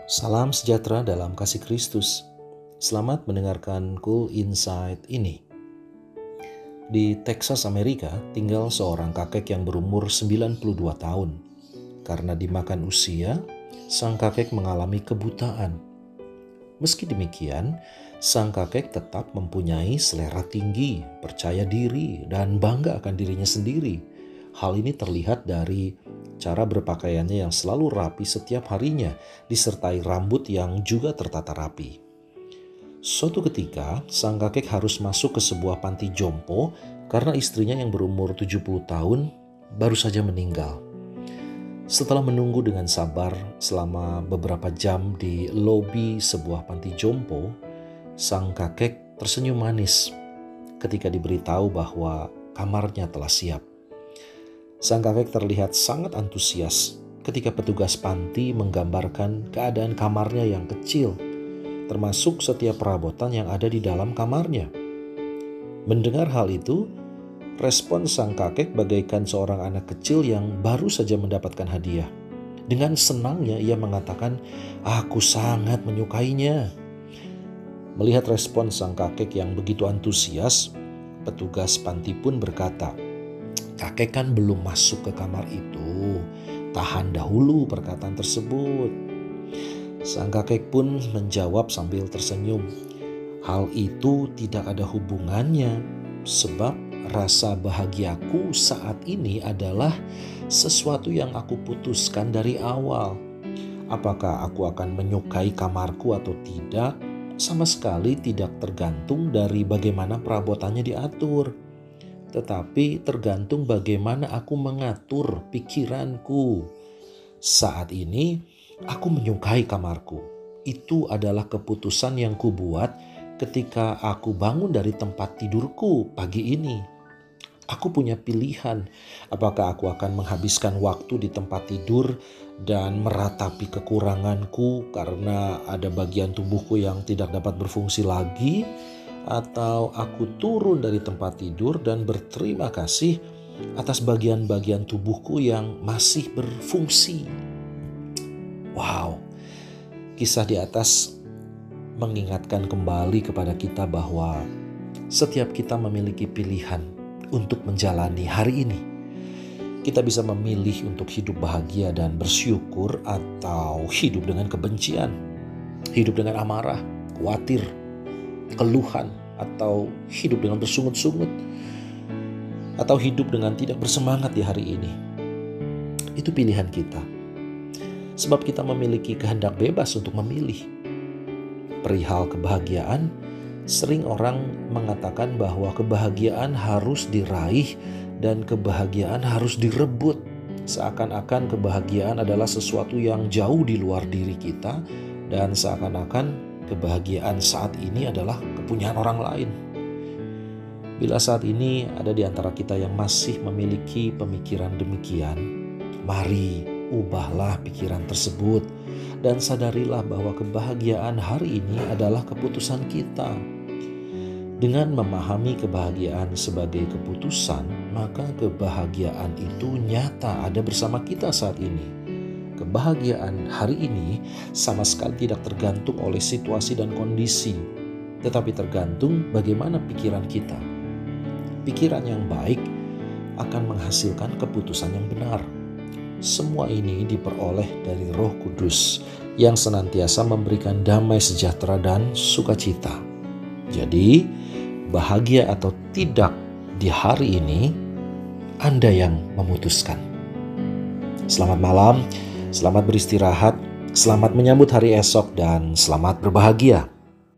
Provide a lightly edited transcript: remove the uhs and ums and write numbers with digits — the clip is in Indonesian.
Salam sejahtera dalam kasih Kristus. Selamat mendengarkan Cool Insight ini. Di Texas, Amerika, tinggal seorang kakek yang berumur 92 tahun. Karena dimakan usia, sang kakek mengalami kebutaan. Meski demikian, sang kakek tetap mempunyai selera tinggi, percaya diri, dan bangga akan dirinya sendiri. Hal ini terlihat dari cara berpakaiannya yang selalu rapi setiap harinya, disertai rambut yang juga tertata rapi. Suatu ketika, sang kakek harus masuk ke sebuah panti jompo karena istrinya yang berumur 70 tahun baru saja meninggal. Setelah menunggu dengan sabar selama beberapa jam di lobi sebuah panti jompo, sang kakek tersenyum manis ketika diberitahu bahwa kamarnya telah siap. Sang kakek terlihat sangat antusias ketika petugas panti menggambarkan keadaan kamarnya yang kecil, termasuk setiap perabotan yang ada di dalam kamarnya. Mendengar hal itu, respon sang kakek bagaikan seorang anak kecil yang baru saja mendapatkan hadiah. Dengan senangnya ia mengatakan, "Aku sangat menyukainya." Melihat respon sang kakek yang begitu antusias, petugas panti pun berkata, "Kakek kan belum masuk ke kamar itu. Tahan dahulu perkataan tersebut." Sang kakek pun menjawab sambil tersenyum, "Hal itu tidak ada hubungannya, sebab rasa bahagiaku saat ini adalah sesuatu yang aku putuskan dari awal. Apakah aku akan menyukai kamarku atau tidak, sama sekali tidak tergantung dari bagaimana perabotannya diatur. Tetapi tergantung bagaimana aku mengatur pikiranku. Saat ini aku menyukai kamarku. Itu adalah keputusan yang kubuat ketika aku bangun dari tempat tidurku pagi ini. Aku punya pilihan, apakah aku akan menghabiskan waktu di tempat tidur dan meratapi kekuranganku karena ada bagian tubuhku yang tidak dapat berfungsi lagi, atau aku turun dari tempat tidur dan berterima kasih atas bagian-bagian tubuhku yang masih berfungsi." Wow, kisah di atas mengingatkan kembali kepada kita bahwa setiap kita memiliki pilihan untuk menjalani hari ini. Kita bisa memilih untuk hidup bahagia dan bersyukur, atau hidup dengan kebencian, hidup dengan amarah, khawatir, keluhan, atau hidup dengan bersungut-sungut, atau hidup dengan tidak bersemangat di hari ini. Itu pilihan kita. Sebab kita memiliki kehendak bebas untuk memilih. Perihal kebahagiaan, sering orang mengatakan bahwa kebahagiaan harus diraih dan kebahagiaan harus direbut. Seakan-akan kebahagiaan adalah sesuatu yang jauh di luar diri kita, dan seakan-akan kebahagiaan saat ini adalah kepunyaan orang lain. Bila saat ini ada di antara kita yang masih memiliki pemikiran demikian, mari ubahlah pikiran tersebut dan sadarilah bahwa kebahagiaan hari ini adalah keputusan kita. Dengan memahami kebahagiaan sebagai keputusan, maka kebahagiaan itu nyata ada bersama kita saat ini. Kebahagiaan hari ini sama sekali tidak tergantung oleh situasi dan kondisi, tetapi tergantung bagaimana pikiran kita. Pikiran yang baik akan menghasilkan keputusan yang benar. Semua ini diperoleh dari Roh Kudus yang senantiasa memberikan damai sejahtera dan sukacita. Jadi, bahagia atau tidak di hari ini, Anda yang memutuskan. Selamat malam, selamat beristirahat, selamat menyambut hari esok, dan selamat berbahagia.